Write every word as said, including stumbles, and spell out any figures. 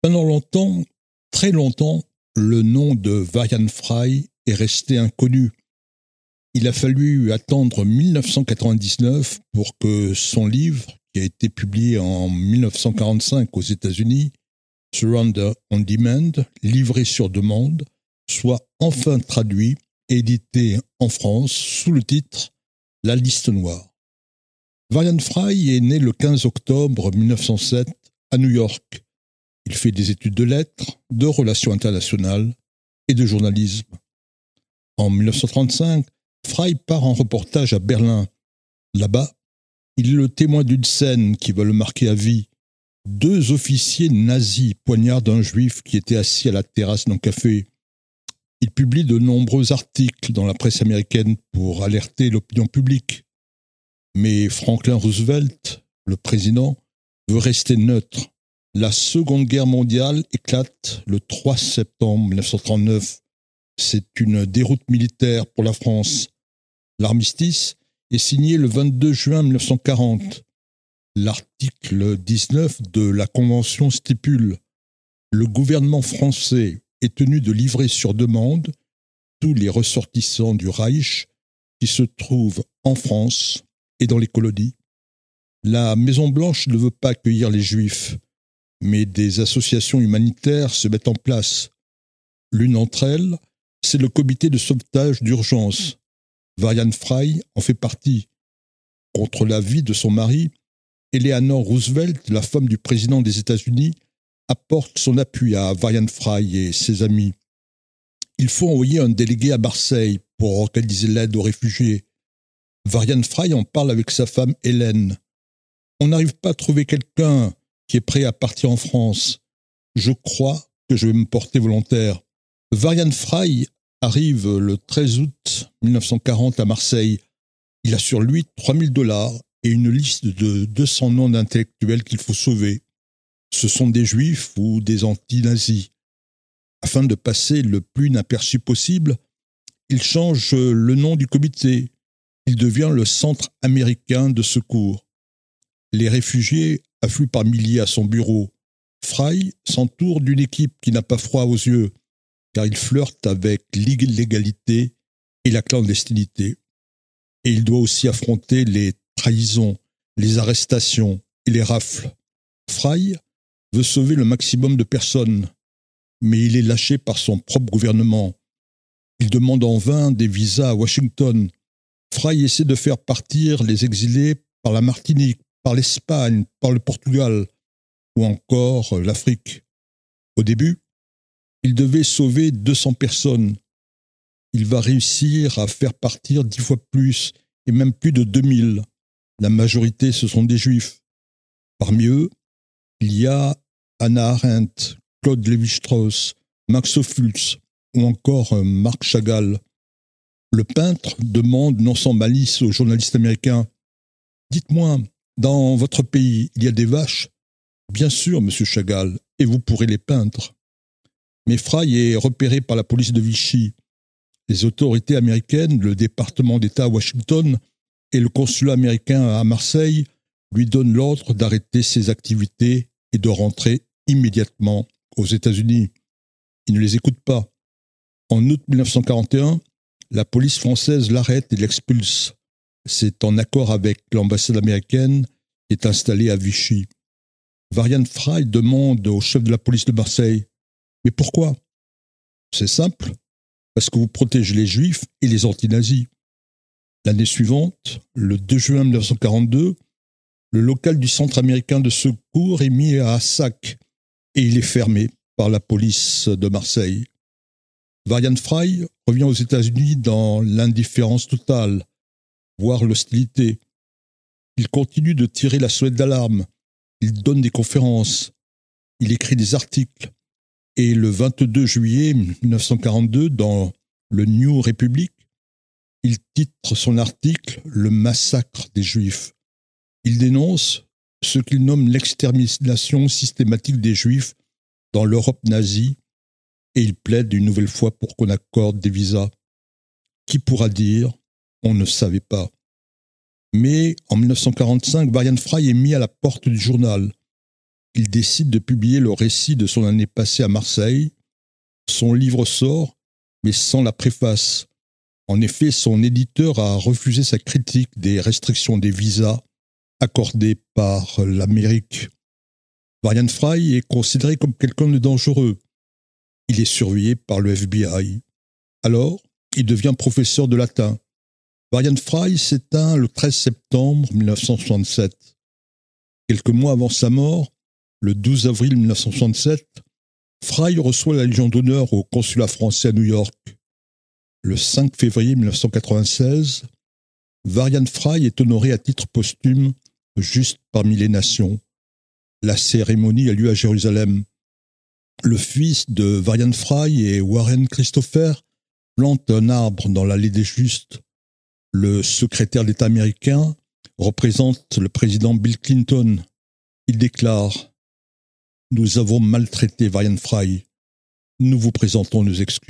Pendant longtemps, très longtemps, le nom de Varian Fry est resté inconnu. Il a fallu attendre mille neuf cent quatre-vingt-dix-neuf pour que son livre, qui a été publié en mille neuf cent quarante-cinq aux États-Unis, Surrender on Demand, livré sur demande, soit enfin traduit et édité en France sous le titre La Liste Noire. Varian Fry est né le quinze octobre mille neuf cent sept à New York. Il fait des études de lettres, de relations internationales et de journalisme. En mille neuf cent trente-cinq, Fry part en reportage à Berlin. Là-bas, il est le témoin d'une scène qui va le marquer à vie. Deux officiers nazis poignardent un juif qui était assis à la terrasse d'un café. Il publie de nombreux articles dans la presse américaine pour alerter l'opinion publique. Mais Franklin Roosevelt, le président, veut rester neutre. La Seconde Guerre mondiale éclate le trois septembre mille neuf cent trente-neuf. C'est une déroute militaire pour la France. L'armistice est signé le vingt-deux juin mille neuf cent quarante. L'article dix-neuf de la Convention stipule « Le gouvernement français est tenu de livrer sur demande tous les ressortissants du Reich qui se trouvent en France et dans les colonies. » La Maison-Blanche ne veut pas accueillir les Juifs, mais des associations humanitaires se mettent en place. L'une d'entre elles, c'est le comité de sauvetage d'urgence. Varian Fry en fait partie. Contre l'avis de son mari, Eleanor Roosevelt, la femme du président des États-Unis, apporte son appui à Varian Fry et ses amis. Il faut envoyer un délégué à Marseille pour organiser l'aide aux réfugiés. Varian Fry en parle avec sa femme Hélène. On n'arrive pas à trouver quelqu'un qui est prêt à partir en France. Je crois que je vais me porter volontaire. Varian Fry arrive le treize août mille neuf cent quarante à Marseille. Il a sur lui trois mille dollars et une liste de deux cents noms d'intellectuels qu'il faut sauver. Ce sont des juifs ou des anti-nazis. Afin de passer le plus inaperçu possible, il change le nom du comité. Il devient le Centre américain de secours. Les réfugiés affluent par milliers à son bureau. Fry s'entoure d'une équipe qui n'a pas froid aux yeux, car il flirte avec l'illégalité et la clandestinité. Et il doit aussi affronter les trahisons, les arrestations et les rafles. Fry veut sauver le maximum de personnes, mais il est lâché par son propre gouvernement. Il demande en vain des visas à Washington. Fry essaie de faire partir les exilés par la Martinique, par l'Espagne, par le Portugal ou encore l'Afrique. Au début, il devait sauver deux cents personnes. Il va réussir à faire partir dix fois plus, et même plus de deux mille. La majorité, ce sont des Juifs. Parmi eux, il y a Hannah Arendt, Claude Lévi-Strauss, Max Ophuls ou encore Marc Chagall. Le peintre demande, non sans malice, au journaliste américain « Dites-moi, dans votre pays, il y a des vaches ?»« Bien sûr, monsieur Chagall, et vous pourrez les peindre. » Mais Fry est repéré par la police de Vichy. Les autorités américaines, le département d'État à Washington et le consulat américain à Marseille lui donnent l'ordre d'arrêter ses activités et de rentrer immédiatement aux États-Unis. Il ne les écoute pas. En août mille neuf cent quarante et un, la police française l'arrête et l'expulse. C'est en accord avec l'ambassade américaine qui est installée à Vichy. Varian Fry demande au chef de la police de Marseille « Mais pourquoi ?» C'est simple, parce que vous protégez les Juifs et les anti-nazis. L'année suivante, le deux juin mille neuf cent quarante-deux, le local du Centre américain de secours est mis à sac et il est fermé par la police de Marseille. Varian Fry revient aux États-Unis dans l'indifférence totale, voire l'hostilité. Il continue de tirer la sonnette d'alarme. Il donne des conférences. Il écrit des articles. Et le vingt-deux juillet mille neuf cent quarante-deux, dans le New Republic, il titre son article « Le massacre des Juifs ». Il dénonce ce qu'il nomme l'extermination systématique des Juifs dans l'Europe nazie et il plaide une nouvelle fois pour qu'on accorde des visas. Qui pourra dire « on ne savait pas ». Mais en mille neuf cent quarante-cinq, Varian Fry est mis à la porte du journal. il décide de publier le récit de son année passée à Marseille. Son livre sort, mais sans la préface. En effet, son éditeur a refusé sa critique des restrictions des visas accordées par l'Amérique. Varian Fry est considéré comme quelqu'un de dangereux. Il est surveillé par le F B I. Alors, il devient professeur de latin. Varian Fry s'éteint le treize septembre mille neuf cent soixante-sept. Quelques mois avant sa mort, le douze avril mille neuf cent soixante-sept, Fry reçoit la Légion d'honneur au consulat français à New York. Le cinq février mille neuf cent quatre-vingt-seize, Varian Fry est honoré à titre posthume juste parmi les nations. La cérémonie a lieu à Jérusalem. Le fils de Varian Fry et Warren Christopher plante un arbre dans l'allée des Justes. Le secrétaire d'État américain représente le président Bill Clinton. Il déclare « Nous avons maltraité Varian Fry. Nous vous présentons nos excuses. »